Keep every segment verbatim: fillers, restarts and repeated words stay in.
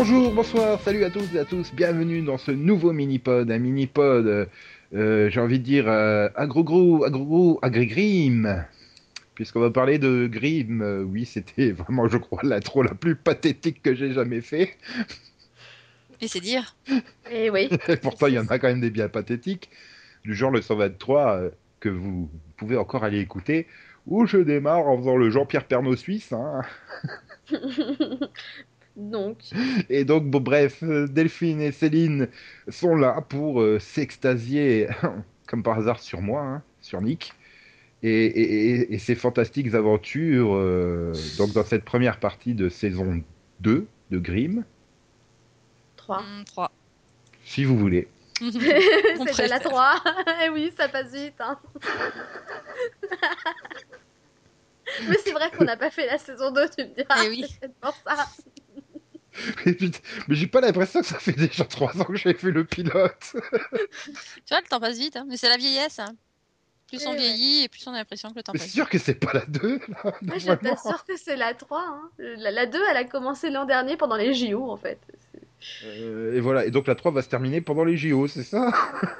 Bonjour, bonsoir, salut à tous et à tous, bienvenue dans ce nouveau mini-pod, un mini-pod, euh, euh, j'ai envie de dire, euh, agro-gros, agro-gros, agrégrim, puisqu'on va parler de Grimm. Euh, oui, c'était vraiment, je crois, l'intro la plus pathétique que j'ai jamais fait. Et c'est dire. Et oui, Et c'est pourtant, il y c'est- en a quand même des bien pathétiques, du genre le cent vingt-trois, euh, que vous pouvez encore aller écouter, où je démarre en faisant le Jean-Pierre Pernaut suisse, hein. Donc, Et donc, bon, bref, euh, Delphine et Céline sont là pour euh, s'extasier, comme par hasard, sur moi, hein, sur Nick, et, et- et- et ses fantastiques aventures euh, donc dans cette première partie de saison deux de Grimm, trois. Hmm, trois. si vous voulez. On C'est déjà la préfère. trois. Et oui, ça passe vite, hein. Mais c'est vrai qu'on n'a pas fait la saison deux, tu me diras. Eh oui. C'est peut-être pour ça. Et puis, mais j'ai pas l'impression que ça fait déjà trois ans que j'ai fait le pilote. Tu vois, le temps passe vite, hein. Mais c'est la vieillesse, hein. Plus on Et ouais. vieillit et plus on a l'impression que le temps Mais c'est passe sûr vite. que c'est pas la deux, là, Moi, je normalement. t'assure que c'est la trois, hein. La, la deux, elle a commencé l'an dernier pendant les J O, en fait. Euh, et voilà, et donc la trois va se terminer pendant les J O, c'est ça?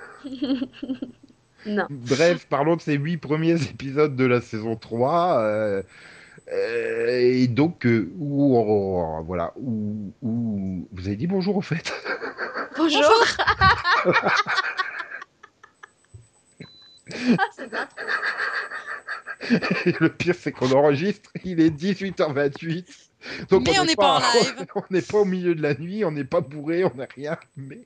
Non. Bref, parlons de ces huit premiers épisodes de la saison trois. euh, euh, et donc, euh, où, on- voilà, où, où- vous avez dit bonjour au fait. Bonjour. Bonjour! Ah, c'est l'intro. Et le pire, c'est qu'on enregistre, il est dix-huit heures vingt-huit. Donc, on Mais on n'est n'est pas en pas, live. on n'est pas au milieu de la nuit, on n'est pas bourré, on n'a rien. Mais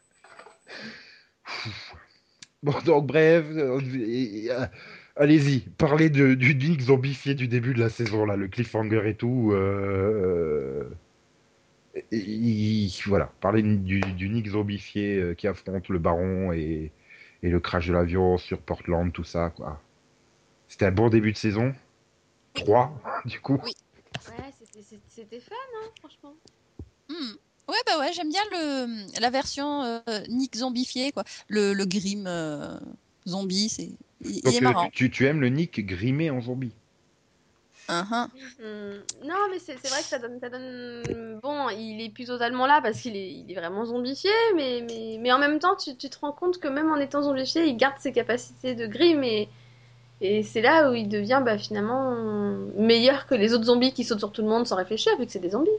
bon, donc, bref, euh, et- et, euh, allez-y, parlez de, du Nick zombifié du début de la saison, là, le cliffhanger et tout. euh, Et- et- voilà, parler du, du Nick zombifié euh, qui affronte le baron et, et le crash de l'avion sur Portland, tout ça, quoi. C'était un bon début de saison. Oui, Trois, du coup. oui. Ouais, c'était c'était- c'était fun, hein, franchement. Hmm. Ouais, bah ouais, j'aime bien le, la version euh, Nick zombifié, quoi. Le, le Grimm euh, zombie, c'est, il, il est Donc, euh, tu, marrant. tu- tu aimes le Nick grimé en zombie. Uhum. Hmm, non, mais c'est c'est vrai que ça donne, ça donne. Bon, il est plus totalement là parce qu'il est, il est vraiment zombifié, mais, mais, mais en même temps, tu, tu te rends compte que même en étant zombifié, il garde ses capacités de Grimm et, et c'est là où il devient bah, finalement meilleur que les autres zombies qui sautent sur tout le monde sans réfléchir, vu que c'est des zombies.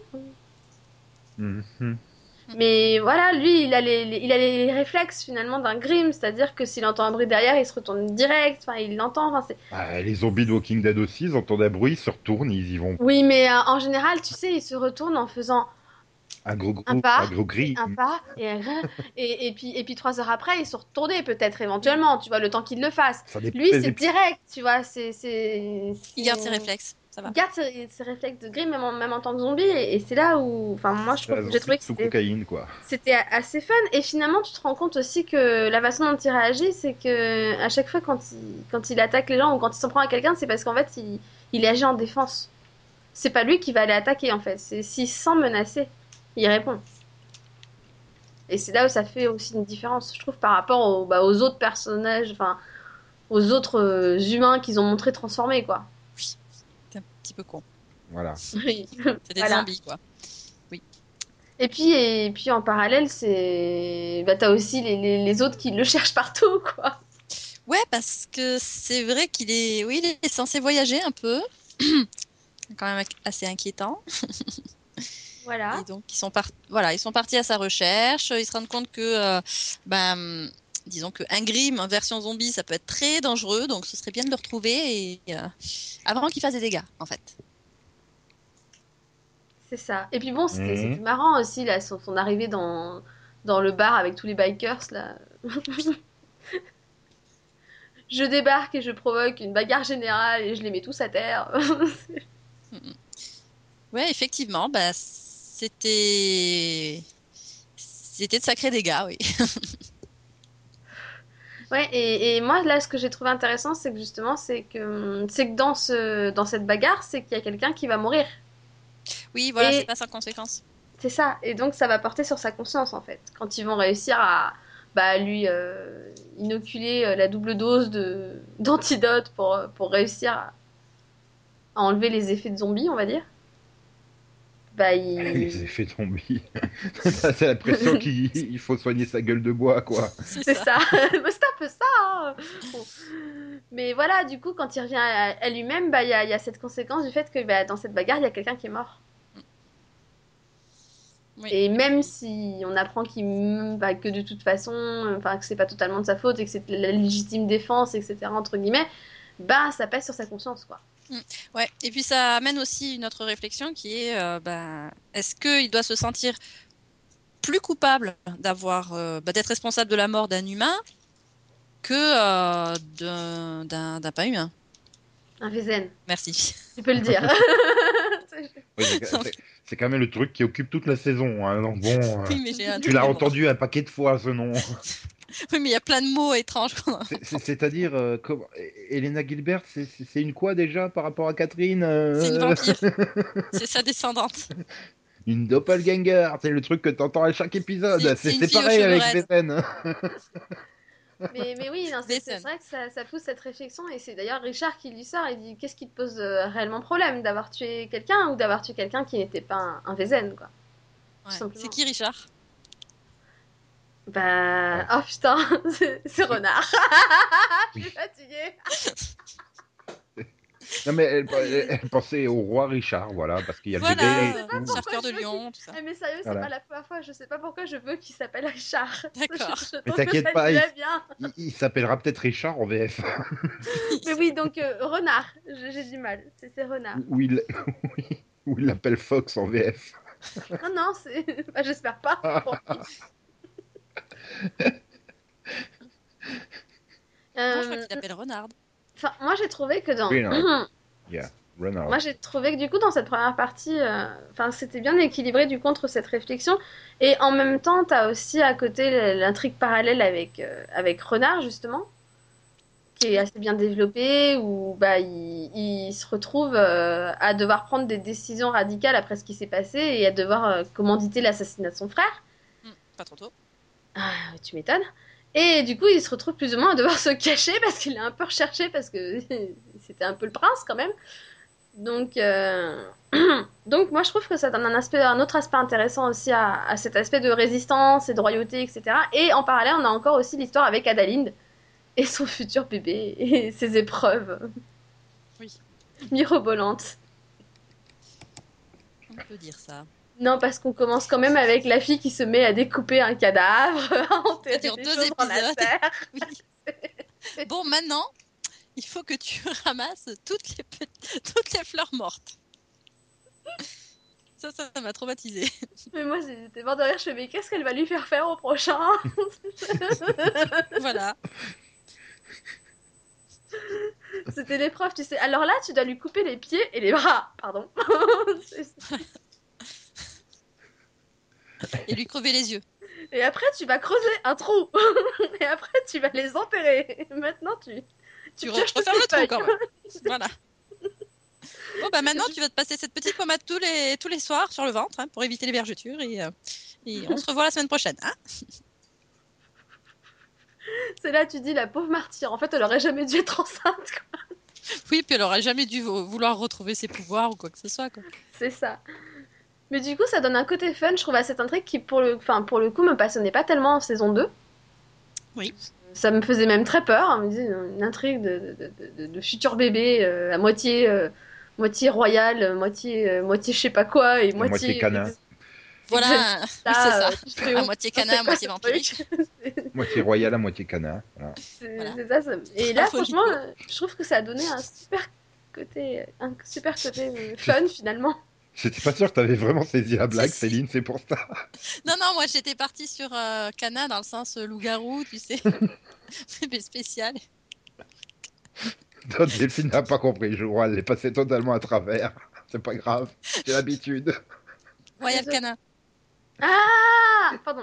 Mhm. Mais voilà, lui, il a les, les- il a les réflexes finalement d'un Grimm, c'est-à-dire que s'il entend un bruit derrière, il se retourne direct, enfin, il l'entend, enfin, c'est. Ah, les zombies de Walking Dead aussi, ils entendent un bruit, ils se retournent, ils y vont. Oui, mais euh, en général, tu sais, il se retourne en faisant Un gros un gros, pas un gros et gris. un pas et un et, et puis et puis trois heures après ils sont retournés peut-être éventuellement tu vois le temps qu'ils le fassent Ça dépend lui des c'est épisodes. direct tu vois c'est c'est Il c'est garde ses réflexes, ça il va. garde ses, ses réflexes de Grimm même en, même en tant que zombie et, et c'est là où enfin moi je C'est trouve un j'ai zombie trouvé que sous c'était cocaïne, quoi. c'était assez fun et finalement tu te rends compte aussi que la façon dont il réagit c'est que à chaque fois quand il quand il attaque les gens ou quand il s'en prend à quelqu'un c'est parce qu'en fait il il agit en défense c'est pas lui qui va aller attaquer en fait c'est s'il se sent menacé il répond. Et c'est là où ça fait aussi une différence, je trouve, par rapport aux, bah, aux autres personnages, enfin, aux autres euh, humains qu'ils ont montré transformés, quoi. Oui, c'est un petit peu con. Voilà. Oui, C'est des voilà. zombies, quoi. Oui. Et puis, et puis en parallèle, c'est. Bah, t'as aussi les, les, les autres qui le cherchent partout, quoi. Ouais, parce que c'est vrai qu'il est, oui, il est censé voyager un peu. Quand même assez inquiétant. Et Voilà. donc, ils sont, par- voilà, ils sont partis à sa recherche. Ils se rendent compte que, euh, ben, disons que un Grimm en version zombie, ça peut être très dangereux. Donc, ce serait bien de le retrouver et, euh, avant qu'il fasse des dégâts, en fait. C'est ça. Et puis bon, c'était c'était Mhm. marrant aussi, là, son, son arrivée dans, dans le bar avec tous les bikers, là. Je débarque et je provoque une bagarre générale et je les mets tous à terre. Mm, mm. Ouais, effectivement, bah, c'était, c'était de sacrés dégâts, oui. Ouais, et, et moi, là, ce que j'ai trouvé intéressant, c'est que justement, c'est que, c'est que dans ce, dans cette bagarre, c'est qu'il y a quelqu'un qui va mourir. Oui, voilà, c'est Et pas sans conséquence. c'est ça. Et donc, ça va porter sur sa conscience, en fait. Quand ils vont réussir à, bah, lui euh, inoculer euh, la double dose de, d'antidote pour, euh, pour réussir à, à enlever les effets de zombie, on va dire. bah Les il... effets zombies. C'est l'impression qu'il il faut soigner sa gueule de bois, quoi. C'est c'est ça. ça. Bah, c'est un peu ça, hein. Bon. Mais voilà, du coup, quand il revient à, à lui-même, bah il y a, il y a cette conséquence du fait que bah, dans cette bagarre, il y a quelqu'un qui est mort. Oui. Et même si on apprend qu'il, bah, que de toute façon, enfin que c'est pas totalement de sa faute et que c'est la légitime défense, et cetera entre guillemets, bah ça pèse sur sa conscience, quoi. Ouais. Et puis ça amène aussi une autre réflexion qui est, euh, bah, est-ce qu'il doit se sentir plus coupable d'avoir, euh, bah, d'être responsable de la mort d'un humain que euh, d'un, d'un, d'un pas humain? Un Vézen, Merci. tu peux le dire. Oui, c'est Donc, c'est- c'est quand même le truc qui occupe toute la saison, hein. Donc bon, euh, oui, mais j'ai un tu trou de l'as mémoire. entendu un paquet de fois, ce nom. Oui, mais il y a plein de mots étranges. C'est- c'est- C'est-à-dire, euh, comment- Elena Gilbert, c'est c'est- c'est une quoi déjà par rapport à Catherine? C'est une euh vampire. C'est sa descendante. Une doppelganger, c'est le truc que t'entends à chaque C'est épisode. C'est c'est une c'est fille aux pareil cheveux avec raides. Véten. Mais, mais oui, non, c'est c'est Vesen. vrai que ça, ça pousse cette réflexion, et c'est d'ailleurs Richard qui lui sort et dit qu'est-ce qui te pose euh, réellement problème, d'avoir tué quelqu'un ou d'avoir tué quelqu'un qui n'était pas un, un Vézen, quoi, tout Ouais. C'est simplement. qui Richard? Bah, Ouais. oh putain, c'est c'est Renard. Je suis Oui. fatiguée. Non mais elle, elle- elle pensait au roi Richard, voilà, parce qu'il y a le bébé Je et sais Voilà, pas tout. pourquoi Charter de je veux qu'il... Lion, tout ça. Eh, mais sérieux, c'est pas Voilà. la première fois, je sais pas pourquoi je veux qu'il s'appelle Richard. Je, D'accord. je Mais trouve que t'inquiète ça pas, lui il, va bien. il- il s'appellera peut-être Richard en V F. Mais oui, donc euh, Renard, j'ai j'ai du mal, c'est c'est Renard. Ou ou il oui, ou il l'appelle Fox en V F. Non, non, c'est... Bah, j'espère pas pour lui. Non, je crois Euh, qu'il appelle Renard. Enfin, moi j'ai trouvé que dans... Renard. Yeah, Renard. Moi, j'ai trouvé que du coup, dans cette première partie, euh, enfin, c'était bien équilibré du coup entre cette réflexion et en même temps, t'as aussi à côté l'intrigue parallèle avec euh, avec Renard justement, qui est Oui. assez bien développée où bah il, il se retrouve euh, à devoir prendre des décisions radicales après ce qui s'est passé et à devoir euh, commanditer l'assassinat de son frère. Hmm, pas trop tôt. Ah, tu m'étonnes. Et du coup, il se retrouve plus ou moins à devoir se cacher parce qu'il est un peu recherché parce que c'était un peu le prince quand même. Donc, euh, donc moi je trouve que ça donne un aspect, un autre aspect intéressant aussi à, à cet aspect de résistance et de royauté, et cetera. Et en parallèle, on a encore aussi l'histoire avec Adalinde et son futur bébé et ses épreuves Oui, mirobolantes. on peut dire ça. Non, parce qu'on commence quand même avec la fille qui se met à découper un cadavre, à Ça enterrer dure des deux choses dans la épisodes. terre. Oui. Bon, maintenant, il faut que tu ramasses toutes les, pe- toutes les fleurs mortes. Ça, ça m'a traumatisée. Mais moi j'étais mort de rire, je fais mais qu'est-ce qu'elle va lui faire faire au prochain? Voilà. C'était l'épreuve, tu sais. Alors là, tu dois lui couper les pieds et les bras, pardon. C'est- Et lui crever les yeux. Et après, tu vas creuser un trou. Et après, tu vas les enterrer. Et maintenant, tu, tu, Tu re- pioches toutes refermes les le trou feuilles. quand même. Voilà. Bon, bah maintenant, tu vas te passer cette petite pommade tous les, tous les soirs sur le ventre hein, pour éviter les vergetures. Et, euh, et on se revoit la semaine prochaine. Hein. C'est là, tu dis, la pauvre martyre. En fait, elle aurait jamais dû être enceinte, quoi. Oui, puis elle aurait jamais dû vou- vouloir retrouver ses pouvoirs ou quoi que ce soit. Quoi. C'est ça. Mais du coup, ça donne un côté fun, je trouve, à cette intrigue qui, pour le, enfin, pour le coup, me passionnait pas tellement en saison deux. Oui. Ça me faisait même très peur. On me disait, une intrigue de, de, de, de, de futur bébé euh, à moitié, euh, moitié royal, moitié, euh, moitié je sais pas quoi, et À moitié moitié... canin. Voilà, oui, c'est ça. euh, je fais, À oh, moitié putain, canin, c'est à quoi moitié ce vampirique. truc C'est- Moitié royal, à moitié canin. Voilà. C'est Voilà. c'est ça, ça- Et là, Bravo, franchement, Nico. euh, je trouve que ça a donné un super côté, un super côté euh, fun finalement. J'étais pas sûr que t'avais vraiment saisi la blague, Si, si. Céline, c'est pour ça. Non, non, moi j'étais partie sur euh, Cana dans le sens euh, loup-garou, tu sais. Bébé spécial. Non, Delphine n'a pas compris, je crois, elle est passée totalement à travers. C'est pas grave, j'ai l'habitude. Royal Je- Cana. Ah, pardon.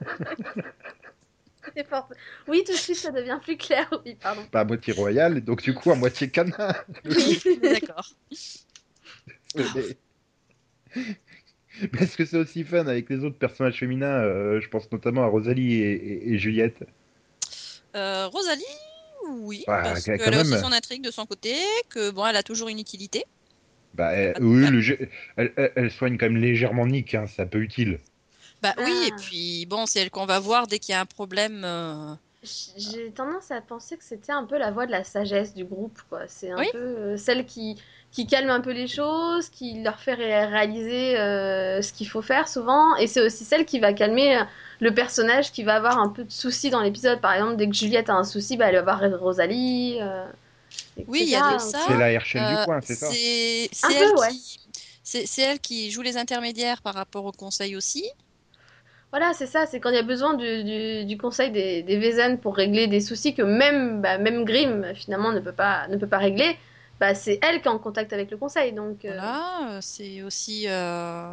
C'est fort. Oui, tout de suite, ça devient plus clair. Oui, pardon. Pas à moitié royal, donc du coup à moitié canin. Oui, d'accord. Mais, mais est-ce que c'est aussi fun avec les autres personnages féminins euh, Je pense notamment à Rosalie et, et- et Juliette. Euh, Rosalie, oui, Bah, parce quand qu'elle a aussi même. son intrigue de son côté, que bon, elle a toujours une utilité. Bah, elle, Pas de oui, problème. le gé- elle, elle- elle soigne quand même légèrement Nick, hein, c'est un peu utile. Bah oui, et Ah. puis bon, c'est elle qu'on va voir dès qu'il y a un problème. euh, J- J'ai tendance à penser que c'était un peu la voix de la sagesse du groupe, quoi. C'est un Oui, peu euh, celle qui, qui calme un peu les choses, qui leur fait ré- réaliser euh, ce qu'il faut faire souvent. Et c'est aussi celle qui va calmer euh, le personnage qui va avoir un peu de soucis dans l'épisode. Par exemple, dès que Juliette a un souci, bah, elle va voir Rosalie, euh, oui, il y a de et cetera. Donc, tu C'est ça. vois. la Herschel du Euh, coin, c'est ça? c'est c'est Un elle peu, ouais. qui c'est c'est elle qui joue les intermédiaires par rapport au conseil aussi. Voilà, c'est ça, c'est quand il y a besoin du, du, du conseil des, des Vézen pour régler des soucis que même, bah, même Grimm, finalement, ne peut pas, ne peut pas régler, bah, c'est elle qui est en contact avec le conseil. Donc, euh, Voilà, euh, c'est aussi euh,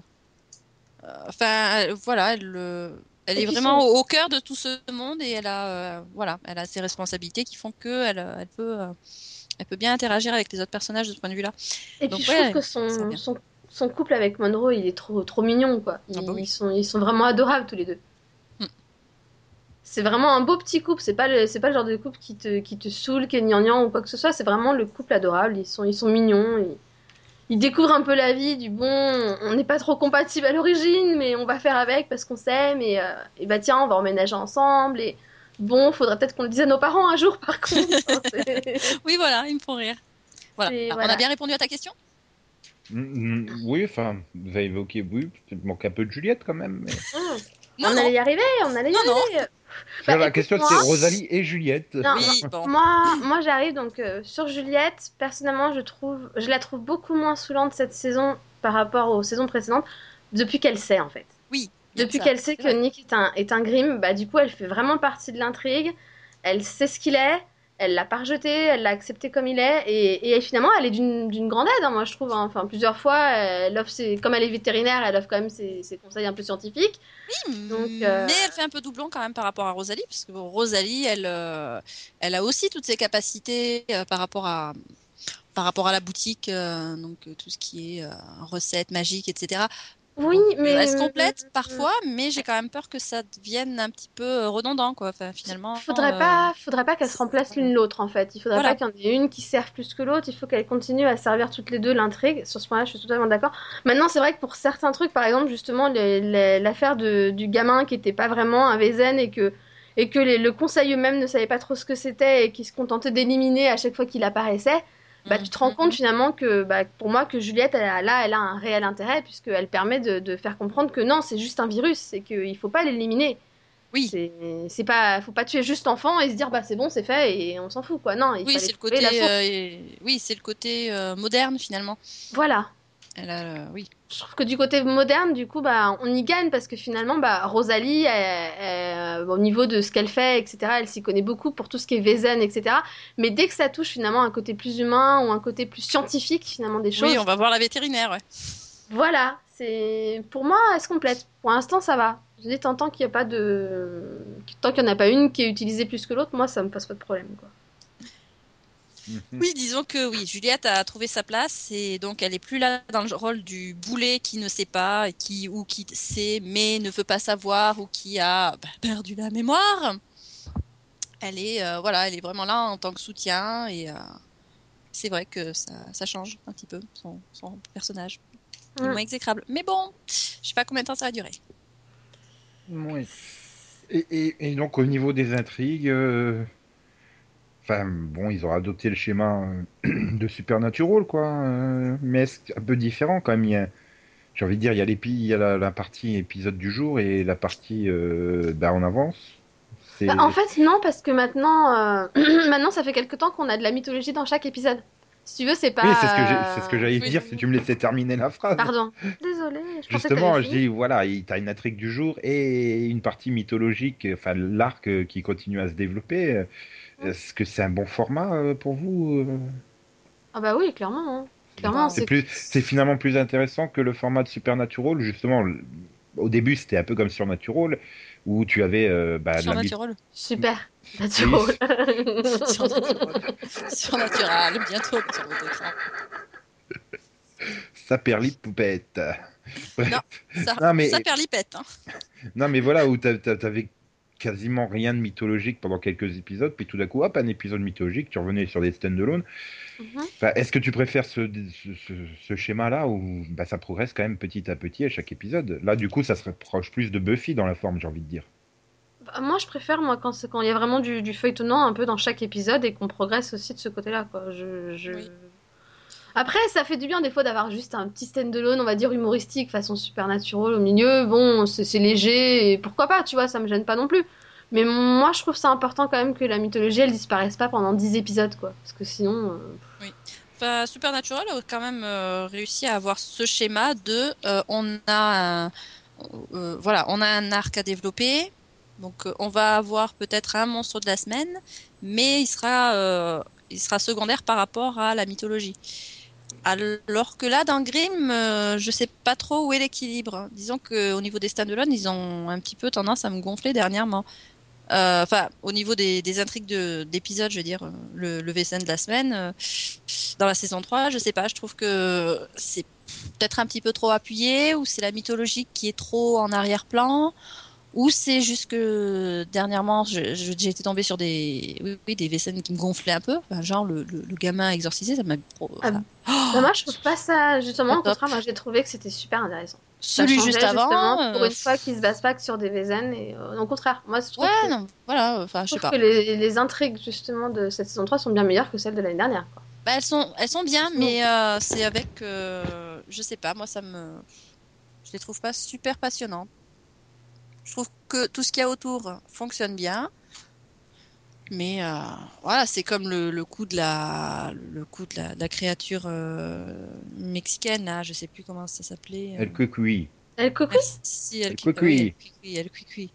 enfin elle- voilà, elle euh, elle Et est puis vraiment son... au, au cœur de tout ce monde et elle a euh, voilà, elle a ses responsabilités qui font que elle elle peut euh, elle peut bien interagir avec les autres personnages de ce point de vue-là. Et puis Donc je trouve ouais, que ça va son, bien. son, son couple avec Monroe, il est trop, trop mignon, quoi. Ah bah Ils oui. sont, ils sont vraiment adorables tous les deux. Mm. C'est vraiment un beau petit couple, c'est pas le, c'est pas le genre de couple qui te, qui te saoule, qui est gnangnan ou quoi que ce soit, c'est vraiment le couple adorable, ils sont, ils sont mignons, ils, ils découvrent un peu la vie du bon, on n'est pas trop compatibles à l'origine, mais on va faire avec parce qu'on s'aime, et, euh, et bah tiens, on va emménager ensemble, et bon, faudrait peut-être qu'on le dise à nos parents un jour par contre. Hein, c'est, Oui, voilà, ils me font rire. Voilà, c'est- on a voilà. bien répondu à ta question? Mm, mm, oui, enfin, vous avez évoqué, oui, peut-être manque un peu de Juliette quand même, mais... Hmm. Non, On non, allait y arriver, on allait y non, non. arriver. Parce que Bah la écoute, question, moi, c'était Rosalie et Juliette. non, non, Oui, bon. moi, moi j'arrive donc euh, sur Juliette. Personnellement, je trouve, je la trouve beaucoup moins saoulante cette saison par rapport aux saisons précédentes, depuis qu'elle sait en fait. Oui, il y a de Depuis ça, qu'elle sait c'est que vrai. Nick est un, est un Grimm, bah du coup, elle fait vraiment partie de l'intrigue. Elle sait ce qu'il est. Elle l'a pas rejeté, elle l'a accepté comme il est, et, et finalement, elle est d'une d'une grande aide, hein, moi je trouve. Hein. Enfin, plusieurs fois, elle offre ses, comme elle est vétérinaire, elle offre quand même ses, ses conseils un peu scientifiques. Oui, Donc, euh, mais elle fait un peu doublon quand même par rapport à Rosalie, parce que bon, Rosalie, elle, euh, elle a aussi toutes ses capacités euh, par rapport à, par rapport à la boutique, euh, donc euh, tout ce qui est euh, recettes magiques, et cetera. oui, Donc, euh, elle se mais complète parfois, mais j'ai quand même peur que ça devienne un petit peu euh, redondant, quoi. Enfin, finalement, faudrait euh, pas, faudrait pas qu'elles se remplacent l'une l'autre en fait. Il faudrait pas voilà. qu'il y en ait une qui serve plus que l'autre. Il faut qu'elles continuent à servir toutes les deux l'intrigue. Sur ce point-là, je suis totalement d'accord. Maintenant, c'est vrai que pour certains trucs, par exemple, justement, les- les- l'affaire de- du gamin qui était pas vraiment un Vézen et que et que les- le conseil eux-mêmes ne savait pas trop ce que c'était et qui se contentait d'éliminer à chaque fois qu'il apparaissait. Bah, tu te rends compte Mhm. finalement que, bah, pour moi, que Juliette, elle a- là, elle a un réel intérêt puisqu'elle permet de, de faire comprendre que non, c'est juste un virus et qu'il faut pas l'éliminer. Oui, C'est, c'est pas, faut pas tuer juste l'enfant et se dire bah c'est bon, c'est fait et on s'en fout quoi. Non, il oui, fallait c'est le trouver la côté, source. euh, oui, c'est le côté euh, moderne finalement. Voilà. Elle a, euh, oui. Je trouve que du côté moderne, du coup, bah on y gagne parce que finalement, bah Rosalie, elle- elle- au niveau de ce qu'elle fait, et cetera, elle s'y connaît beaucoup pour tout ce qui est Vézen, et cetera. Mais dès que ça touche finalement un côté plus humain ou un côté plus scientifique finalement des Oui, on choses, va voir la vétérinaire, ouais. voilà, c'est pour moi, elle se complète. Pour l'instant, ça va. Je dis tant tant qu'il y a pas de, tant qu'il y en a pas une qui est utilisée plus que l'autre, moi ça me pose pas de problème quoi. Mhm. Oui, disons que oui, Juliette a trouvé sa place et donc elle est plus là dans le rôle du boulet qui ne sait pas, et qui ou qui sait mais ne veut pas savoir ou qui a bah, perdu la mémoire. Elle est euh, voilà, elle est vraiment là en tant que soutien et euh, c'est vrai que ça, ça change un petit peu son, son personnage. Il est Mm. moins exécrable. Mais bon, je sais pas combien de temps ça va durer. Oui. Et, et- et donc, au niveau des intrigues, euh, enfin, bon, ils ont adopté le schéma euh, de Supernatural, quoi. Euh, mais c'est un peu différent quand même. Il y a- J'ai envie de dire, il y a, l'épi- il y a la, la partie épisode du jour et la partie euh, bah, en avance. Bah, en C'est... fait, non, parce que maintenant, euh, maintenant, ça fait quelque temps qu'on a de la mythologie dans chaque épisode. Si tu veux, c'est Oui, c'est ce que j'ai, c'est ce que pas. euh, j'allais Oui. dire si tu me laissais terminer la phrase. Pardon. Désolée, je pensais que t'avais Justement, je fini. dis, voilà, il- t'as une intrigue du jour et une partie mythologique, enfin l'arc euh, qui continue à se développer. Euh, Est-ce que c'est un bon format euh, pour vous? euh Ah bah oui, clairement. Hein. C'est Clairement, c'est c'est. plus, c'est finalement plus intéressant que le format de Supernatural. Justement, le- au début, c'était un peu comme Supernatural, où tu avais euh, bah, de la myth- Surnaturel. Super. Oui, Natural. Surnaturel. Surnaturel. Bientôt sur votre écran. ça perd les poupettes. Non, Bref. ça, Non ça mais, perd l'ipette. Hein. non mais voilà, où t'a- t'a- t'avais quasiment rien de mythologique pendant quelques épisodes, puis tout d'un coup, hop, un épisode mythologique, tu revenais sur des stand-alone. Mhm. Enfin, est-ce que tu préfères ce, ce, ce, ce schéma-là ou bah, ça progresse quand même petit à petit à chaque épisode? Là, du coup, ça se rapproche plus de Buffy dans la forme, j'ai envie de dire. Bah, moi, je préfère, moi, quand c'est quand il y a vraiment du, du feuilletonnant un peu dans chaque épisode et qu'on progresse aussi de ce côté-là, quoi. Je, je... Oui. Après, ça fait du bien des fois d'avoir juste un petit stand-alone, on va dire humoristique, façon Supernatural au milieu. Bon, c'est c'est léger et pourquoi pas, tu vois, ça me gêne pas non plus. Mais moi, je trouve ça important quand même que la mythologie, elle disparaisse pas pendant dix épisodes, quoi. Parce que sinon... euh, Oui. Enfin, Supernatural a quand même euh, réussi à avoir ce schéma de euh, on a un, euh, voilà, on a un arc à développer. Donc euh, on va avoir peut-être un monstre de la semaine, mais il sera euh, il sera secondaire par rapport à la mythologie. Alors que là, dans Grimm, euh, je sais pas trop où est l'équilibre. Disons que au niveau des stand-alone, ils ont un petit peu tendance à me gonfler dernièrement. Euh, Enfin, au niveau des, des intrigues de, d'épisodes, je veux dire, euh, le, le V S N de la semaine, euh, dans la saison trois, je sais pas, je trouve que c'est peut-être un petit peu trop appuyé, ou c'est la mythologie qui est trop en arrière-plan, ou c'est juste que dernièrement, je- je- j'ai été tombée sur des, oui, oui, des V S N qui me gonflaient un peu, enfin, genre le, le, le gamin exorcisé, ça m'a trop, Ah, enfin, bah moi, je trouve pas ça, justement, pas au top. contraire, moi, j'ai trouvé que c'était super intéressant. Ça Celui juste changeait, justement, avant, pour euh, une fois qu'ils se basent pas que sur des V S N. Et, euh, au contraire, moi, je ouais, trouve que, non, voilà, enfin, je je sais trouve que pas. les, les intrigues, justement, de cette saison trois sont bien meilleures que celles de l'année dernière, quoi. Bah, elles sont, elles sont bien, Sinon, mais euh, c'est avec, euh, je sais pas, moi ça me, je les trouve pas super passionnantes. Je trouve que tout ce qu'il y a autour fonctionne bien, mais euh, voilà, c'est comme le, le coup de la, le coup de la, de la créature euh, mexicaine là, je sais plus comment ça s'appelait. euh. El Cucuy. El Cocuy, Merci, El El Cuicuy. Oui, El Cucuy. Cuicuy, El Cuicuy.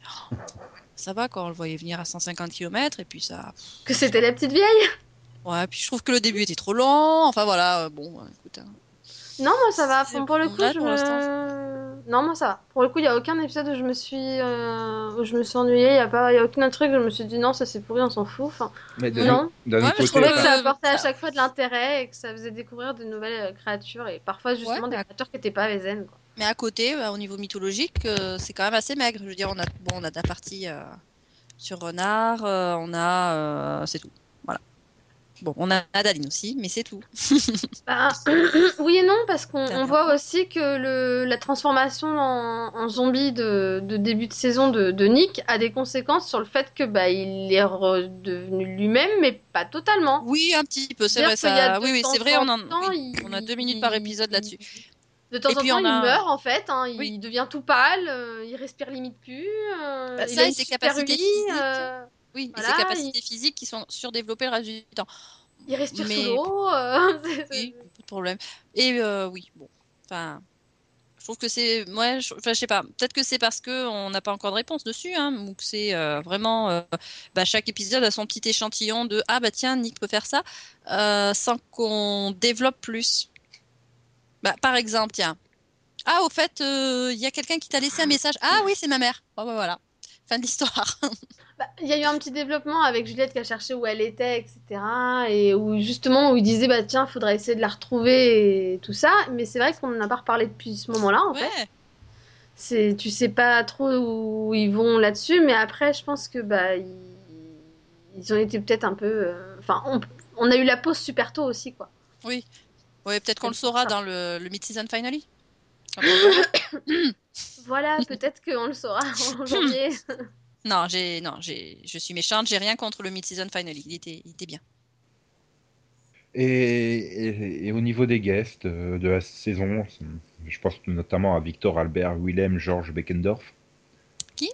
Ça va quand on le voyait venir à cent cinquante kilomètres et puis ça, pff, que je sais c'était pas. la petite vieille. Ouais, puis je trouve que le début était trop lent. Enfin voilà, euh, bon, euh, écoute, hein. Non, moi, ça va. C'est- Pour pour le coup, Là je pour l'instant, je- me... Non, moi, ça va. Pour le coup, il y a aucun épisode où je me suis, euh, où je me suis ennuyée. Il y a pas, il y a aucun truc où je me suis dit non, ça c'est pourri, on s'en fout. Enfin, Mais d'un autre ouais, non. d'un ouais, autre mais Je je trouve côté, trouvais que enfin, ça que apportait à ça, chaque fois de l'intérêt et que ça faisait découvrir de nouvelles euh, créatures et parfois ouais, justement des mais créatures qui n'étaient pas vézènes, quoi. Mais à côté, euh, au niveau mythologique, euh, c'est quand même assez maigre. Je veux dire, on a, bon, on a de la partie euh, sur Renard, euh, on a, euh, c'est tout. Voilà. Bon, on a Adaline aussi, mais c'est tout. Bah, oui et non, parce qu'on on voit Dernièrement. aussi que le, la transformation en, en zombie de, de début de saison de, de Nick a des conséquences sur le fait que bah, il est redevenu lui-même, mais pas totalement. Oui, un petit peu, c'est vrai C'est-à-dire qu'il y a ça. de Oui, oui, c'est temps vrai. en On en, temps, oui, on a deux minutes par il, épisode là-dessus. de temps Et en puis temps, on il a, meurt en fait, hein, oui, il devient tout pâle, euh, il respire limite plus, euh, bah, il a ça et une ses super capacités ouïe, physiques. euh, Oui, et ses voilà, il, capacités physiques qui sont surdéveloppées le reste du temps. il respire sous Mais l'eau. euh, c'est- oui, c'est- pas de problème. Et euh, oui, bon, enfin. Je trouve que c'est, ouais, je, enfin, je sais pas. Peut-être que c'est parce que on n'a pas encore de réponse dessus, hein, ou que c'est euh, vraiment, euh, bah, chaque épisode a son petit échantillon de ah bah tiens, Nick peut faire ça, euh, sans qu'on développe plus. Bah, par exemple, tiens, ah au fait, euh, il y a quelqu'un qui t'a laissé un message. Ah oui, c'est ma mère. Oh bah voilà, fin de l'histoire. Bah, il y a eu un petit développement avec Juliette qui a cherché où elle était, et cetera. Et où justement, où il disait, bah tiens, faudrait essayer de la retrouver et tout ça. Mais c'est vrai qu'on n'en a pas reparlé depuis ce moment-là, en fait. Ouais, C'est, tu sais pas trop où ils vont là-dessus, mais après, je pense que bah ils, ils ont été peut-être un peu. euh, Enfin, on, on a eu la pause super tôt aussi, quoi. oui, ouais, peut-être qu'on C'est le pour saura ça. dans le, le mid-season finale, quand on le verra. Voilà, peut-être qu'on le saura en janvier. Non, j'ai, non, j'ai, je suis méchante, j'ai rien contre le mid-season finale. Il était, il était bien. et, et, et au niveau des guests euh, de la saison, je pense notamment à Victor Albert Willem George Beckendorf. Qui?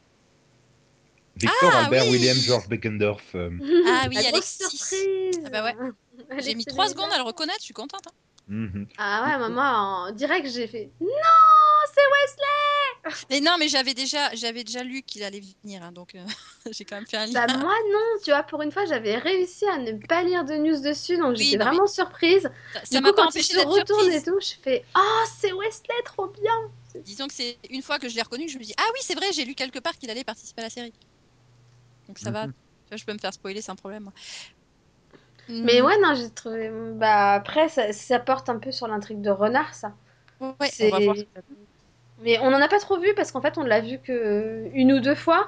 Victor Ah Albert Willem oui! George Beckendorf. euh, Ah La oui, grosse Alexis. surprise. Ah bah ouais. J'ai mis Alexis trois secondes à le Delibes. reconnaître, je suis contente, hein. mhm. Ah ouais, Et- maman, en direct, j'ai fait non, c'est Wesley. Mais non, mais j'avais déjà, j'avais déjà lu qu'il allait venir, hein, donc euh, j'ai quand même fait un Bah lien. moi non, tu vois, pour une fois, j'avais réussi à ne pas lire de news dessus, donc Oui, j'étais non, mais vraiment surprise. ça, ça Du coup, m'a pas quand il empêché se d'être retourne et surprise. tout, je fais oh, c'est Wesley, trop bien. Disons que c'est une fois que je l'ai reconnu, que je me dis, ah oui, c'est vrai, j'ai lu quelque part qu'il allait participer à la série. Donc ça va, mhm. tu vois, je peux me faire spoiler sans problème, moi. Mais Hmm, ouais, non, j'ai trouvé. Bah après, ça, ça porte un peu sur l'intrigue de Renard, ça. ouais, on va voir. C'est. Mais on n'en a pas trop vu parce qu'en fait, on l'a vu que une ou deux fois.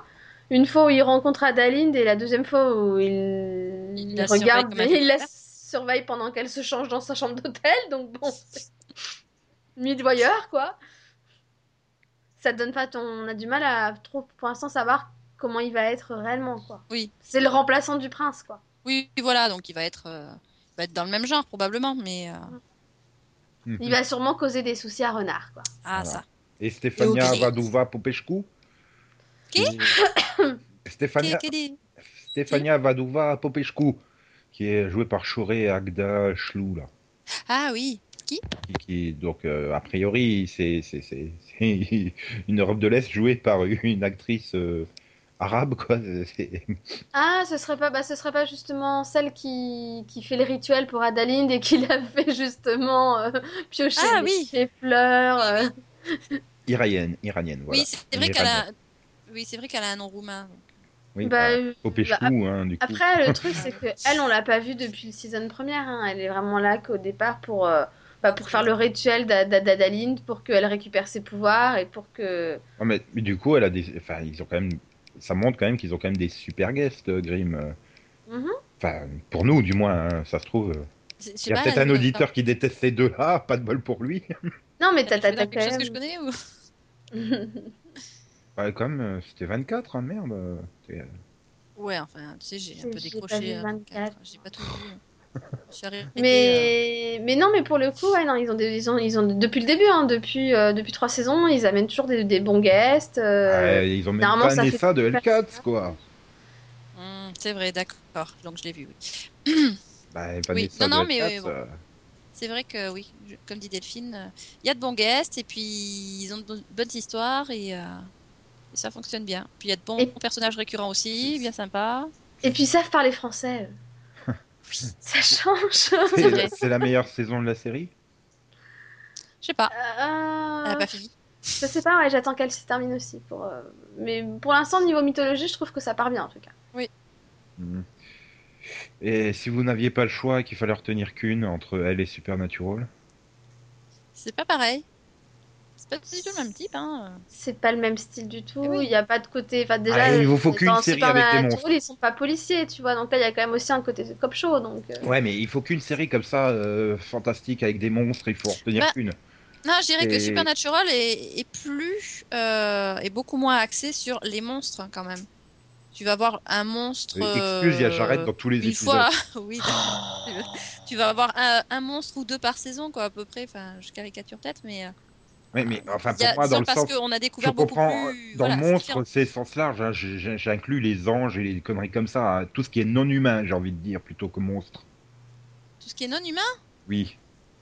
Une fois où il rencontre Adalind et la deuxième fois où il, Il il la surveille regarde, comme un il la père. surveille pendant qu'elle se change dans sa chambre d'hôtel. Donc bon, c'est mid-voyeur quoi. Ça te donne pas ton. On a du mal à trop pour l'instant savoir comment il va être réellement quoi. Oui, C'est le remplaçant du prince quoi. oui, voilà, donc il va être, euh, il va être dans le même genre probablement, mais euh, Il Mhm. va sûrement causer des soucis à Renard quoi. ah Voilà. ça. Et Et au Stefania gris. Vadova Popescu, Qui? qui est... Qui, Stefania... qui dit? Qui? Stefania Vadova Popescu, qui est jouée par Shoré Agda Chlou, là. Ah oui. Qui? Qui, qui- donc, euh, a priori, c'est c'est- c'est- c'est une Europe de l'Est jouée par une actrice euh, arabe, quoi. C'est- Ah, ce serait pas, bah, ce serait pas justement celle qui, qui fait le rituel pour Adalind et qui l'a fait justement euh, piocher Ah les, oui. les fleurs. Oui, euh. oui. Iranienne, iranienne, Oui, voilà. c'est Une vrai qu'elle iranienne. a, oui, c'est vrai qu'elle a un nom roumain. donc. Oui, Bah, bah, euh, bah, ap- Popescu, hein, du coup. après, le truc, c'est que elle, on l'a pas vue depuis le season première. Hein. Elle est vraiment là qu'au départ pour, euh, bah, pour faire le rituel d'A- d'A- d'Adalind, pour qu'elle récupère ses pouvoirs et pour que. Ah, mais, mais du coup, elle a des. Enfin, ils ont quand même. Ça montre quand même qu'ils ont quand même des super guests, euh, Grimm. Euh. Mhm. Enfin, pour nous, du moins, hein, ça se trouve. euh, Je je Il sais y a pas, peut-être un elle, auditeur qui déteste ces deux-là, pas de bol pour lui. Non, mais t'as elle t'as- joué t'as dans quelque quand chose que je même. connais ou? Ouais, quand même, euh, c'était vingt-quatre, hein, merde. euh, c'est, euh, Ouais, enfin, tu sais, j'ai un J'ai peu j'ai pas décroché vu à vingt-quatre. vingt-quatre. J'ai pas tout vu. hein. Je me suis arrêtée. euh, Mais, mais non, mais pour le coup, ouais, non, ils ont, des- ils ont, ils ont depuis le début, hein, depuis, euh, depuis trois saisons, ils amènent toujours des, des bons guests. euh, ouais, ils ont même Normalement, pas ça né fait ça de toujours plaisir. L quatre, quoi. hmm, c'est vrai, d'accord. Donc je l'ai vu, oui. Bah, pas né Oui, ça non, de non, mais euh, L quatre. bon, euh. c'est vrai que oui, je- comme dit Delphine, euh, il y a de bons guests et puis ils ont de bonnes bonnes histoires et, euh, et ça fonctionne bien. Puis il y a de bons Et, personnages récurrents aussi, bien sympa. et puis ils savent parler français. eux. Oui, Ça change. c'est C'est vrai. c'est la meilleure saison de la série? Je sais pas, elle a Euh, pas fini. je sais pas, ouais, j'attends qu'elle se termine aussi. Pour, euh, mais pour l'instant, niveau mythologie, je trouve que ça part bien en tout cas. Oui, Mhm. Et si vous n'aviez pas le choix et qu'il fallait retenir qu'une entre elle et Supernatural? c'est pas pareil. C'est pas du tout le même type, hein. C'est pas le même style du Eh tout. Il oui. n'y a pas de côté. Enfin, Ah, déjà, et il euh, vous faut qu'une dans série avec des Supernatural, monstres. ils sont pas policiers, tu vois. Donc là, il y a quand même aussi un côté cop show. Donc, euh, Ouais, mais il faut qu'une série comme ça, euh, fantastique, avec des monstres, il faut en retenir Bah, qu'une. non, je dirais que Et... Supernatural est, est plus, euh, est beaucoup moins axé sur les monstres hein, quand même. Tu vas avoir un monstre et excuse, il y a Jarrett euh, dans tous les une épisodes. fois, oui, d'accord. Tu tu vas avoir un, un monstre ou deux par saison, quoi, à peu près. Enfin, je caricature peut-être, mais euh, Ouais, mais il enfin, y pour a, moi, dans disons le parce sens, qu'on a je découvert beaucoup comprends, euh, plus. dans Voilà, c'est monstre, différent. c'est sens large, hein, j'ai- j'ai- j'inclus les anges et les conneries comme ça, hein, tout ce qui est non humain, j'ai envie de dire, plutôt que monstre. Tout ce qui est non humain. Oui.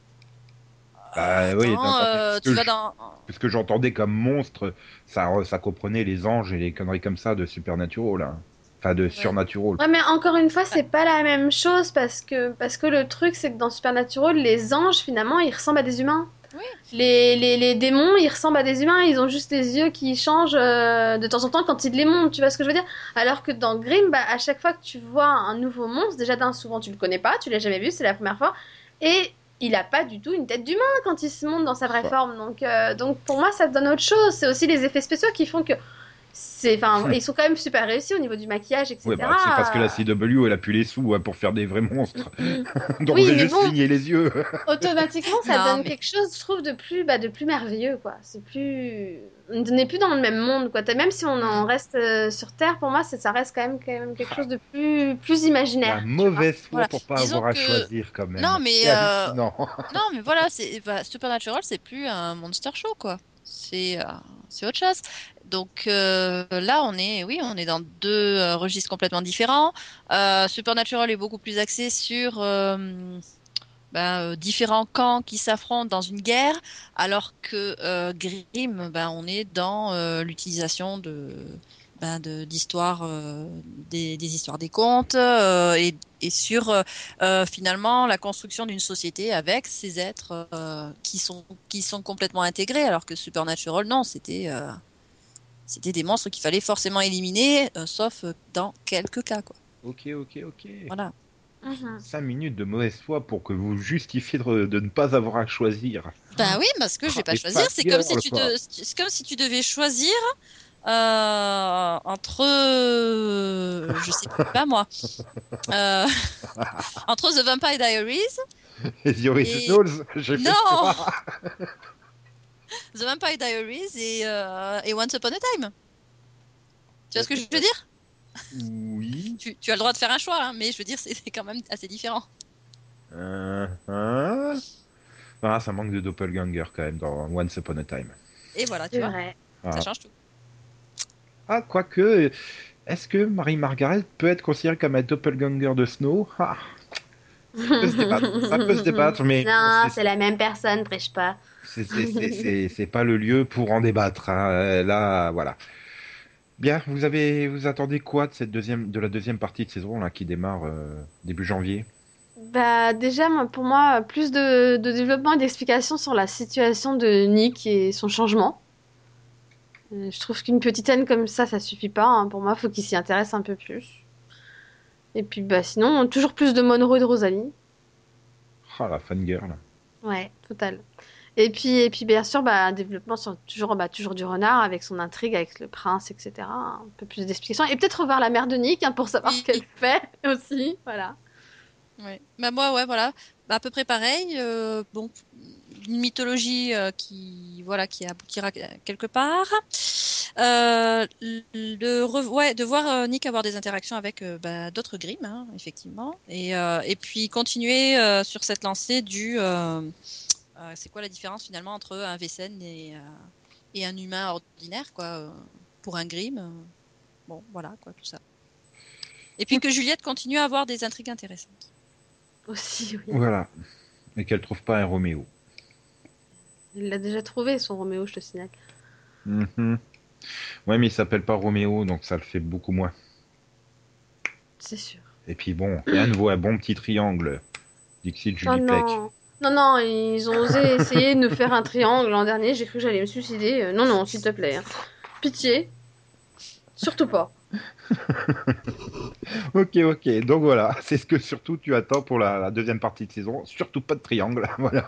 Euh, Bah oui, non, attends, non, mais euh, ce tu que vas je- dans. ce que j'entendais comme monstre, ça, re- ça comprenait les anges et les conneries comme ça de Supernatural, hein. Enfin, de Ouais. Surnatural. ouais, mais encore une fois, Bah, c'est pas la même chose parce que, parce que le truc, c'est que dans Supernatural, les anges, finalement, ils ressemblent à des humains. oui. Les, les, les démons, ils ressemblent à des humains, ils ont juste les yeux qui changent euh, de temps en temps quand ils les montent, tu vois ce que je veux dire? Alors que dans Grimm, bah, à chaque fois que tu vois un nouveau monstre, déjà d'un, souvent tu le connais pas, tu l'as jamais vu, c'est la première fois, et il a pas du tout une tête d'humain quand il se montre dans sa vraie Bah, forme. Donc, euh, donc pour moi, ça donne autre chose. C'est aussi les effets spéciaux qui font que c'est, enfin, ils sont quand même super réussis au niveau du maquillage, ouais, bah c'est parce que la et cetera. C W, elle a plus les sous hein, pour faire des vrais monstres. Donc on Oui, faisait mais juste bon, cligner les yeux. automatiquement, ça Non, donne mais quelque chose, je trouve, de plus, bah, de plus merveilleux, quoi. C'est plus, on n'est plus dans le même monde, quoi. T'as- Même si on en hmm. reste euh, sur Terre, pour moi, c'est- ça reste quand même, quand même quelque chose Ah, de plus, plus la imaginaire, tu vois. mauvaise foi Voilà. pour pas Disons avoir à que choisir quand non, même. mais C'est euh, hallucinant. non, mais voilà, c'est bah, Supernatural, c'est plus un monster show, quoi. C'est euh, c'est autre chose. Donc euh, là, on est, oui, on est dans deux euh, registres complètement différents. Euh, Supernatural est beaucoup plus axé sur euh, ben, euh, différents camps qui s'affrontent dans une guerre, alors que euh, Grimm, ben, on est dans euh, l'utilisation de ben, de d'histoires, euh, des, des histoires des contes euh, et, et sur euh, euh, finalement la construction d'une société avec ces êtres euh, qui sont qui sont complètement intégrés, alors que Supernatural, non, c'était euh, c'était des monstres qu'il fallait forcément éliminer, euh, sauf euh, dans quelques cas, quoi. Ok, ok, ok. Voilà. Mhm. Cinq minutes de mauvaise foi pour que vous justifiez de, de ne pas avoir à choisir. Ben oui, parce que je vais Ah, pas les choisir. fat C'est comme si girls, tu quoi. te, c'est comme si tu devais choisir euh, entre, euh, je sais pas moi, euh, entre The Vampire Diaries Et The et Originals, j'ai fait le non, choix. The Vampire Diaries et, euh, et Once Upon a Time. Tu vois ce que je veux dire? Oui. Tu, tu as le droit de faire un choix, hein, mais je veux dire, c'est c'est quand même assez différent. Euh, hein. Ah, ça manque de doppelganger quand même dans Once Upon a Time. Et voilà, tu C'est vois, vrai. ça Ah, change tout. ah quoique, est-ce que Marie-Margaret peut être considérée comme un doppelganger de Snow? Ah, ça peut se débattre. Ça peut se débattre, mais bon, Non, c'est c'est la même personne, triche pas. c'est c'est c'est c'est c'est pas le lieu pour en débattre, hein. Euh, Là, voilà. Bien, vous avez vous attendez quoi de cette deuxième de la deuxième partie de saison là qui démarre euh, début janvier? Bah déjà, moi, pour moi, plus de, de développement et d'explications sur la situation de Nick et son changement. Euh, je trouve qu'une petite scène comme ça, ça suffit pas, hein. Pour moi, faut qu'il s'y intéresse un peu plus. Et puis, bah sinon, toujours plus de Monroe et de Rosalie. Ah, la fangirl. Ouais, total. Et puis, et puis bien sûr, bah, un développement sur toujours, bah, toujours du renard avec son intrigue avec le prince, et cetera. Un peu plus d'explications. Et peut-être revoir la mère de Nick hein, pour savoir ce Oui, qu'elle fait aussi. Voilà. ouais. Bah moi, ouais, voilà, bah, à peu près pareil. Euh, bon, une mythologie euh, qui, voilà, qui aboutira quelque part. Euh, le, re- ouais, de voir euh, Nick avoir des interactions avec euh, bah, d'autres Grimm, hein, effectivement, et euh, et puis continuer euh, sur cette lancée du. Euh, euh, c'est quoi la différence finalement entre un Vécène et euh, et un humain ordinaire, quoi, euh, pour un Grimm. euh, bon, voilà, quoi, tout ça. Et puis que Juliette continue à avoir des intrigues intéressantes. Aussi, oui. Voilà. Et qu'elle trouve pas un Roméo. Il l'a déjà trouvé, son Roméo, je te signale. Mhm. Ouais, mais il s'appelle pas Roméo, donc ça le fait beaucoup moins. C'est sûr. Et puis bon, rien ne vaut un bon petit triangle. Dixit Oh Julie Plec. non. Non, non, ils ont osé essayer de nous faire un triangle l'an dernier. J'ai cru que j'allais me suicider. Euh, Non, non, s'il te plaît, hein. Pitié. Surtout pas. Ok, ok. Donc voilà, c'est ce que surtout tu attends pour la, la deuxième partie de saison. Surtout pas de triangle. Voilà.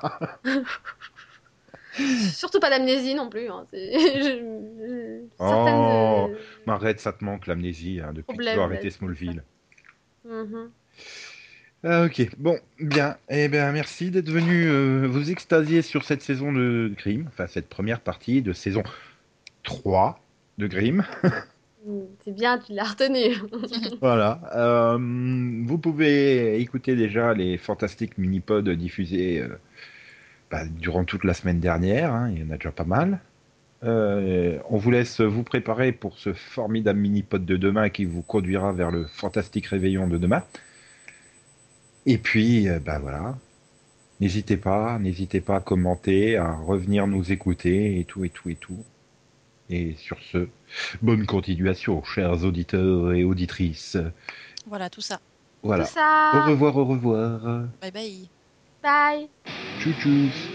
Surtout pas d'amnésie non plus. Hein. C'est... je- je- Certaines Oh, euh, mais arrête, ça te manque l'amnésie hein, depuis qu'ils ont problèmes de la arrêté vie, c'est ça. Smallville. Mhm. Ah, ok, bon, bien. Eh bien, merci d'être venu euh, vous extasier sur cette saison de Grimm, enfin cette première partie de saison trois de Grimm. Mm, c'est bien, tu l'as retenu. Voilà. Euh, vous pouvez écouter déjà les fantastiques mini-pods diffusés euh, bah, durant toute la semaine dernière. Hein, il y en a déjà pas mal. Euh, on vous laisse vous préparer pour ce formidable mini-pod de demain qui vous conduira vers le fantastique réveillon de demain. Et puis, euh, bah voilà. N'hésitez pas, n'hésitez pas à commenter, à revenir nous écouter et tout et tout et tout. Et sur ce, bonne continuation, chers auditeurs et auditrices. Voilà, tout ça. Tout Voilà. Au ça. revoir, au revoir. Bye bye. Bye. Tchou tchou.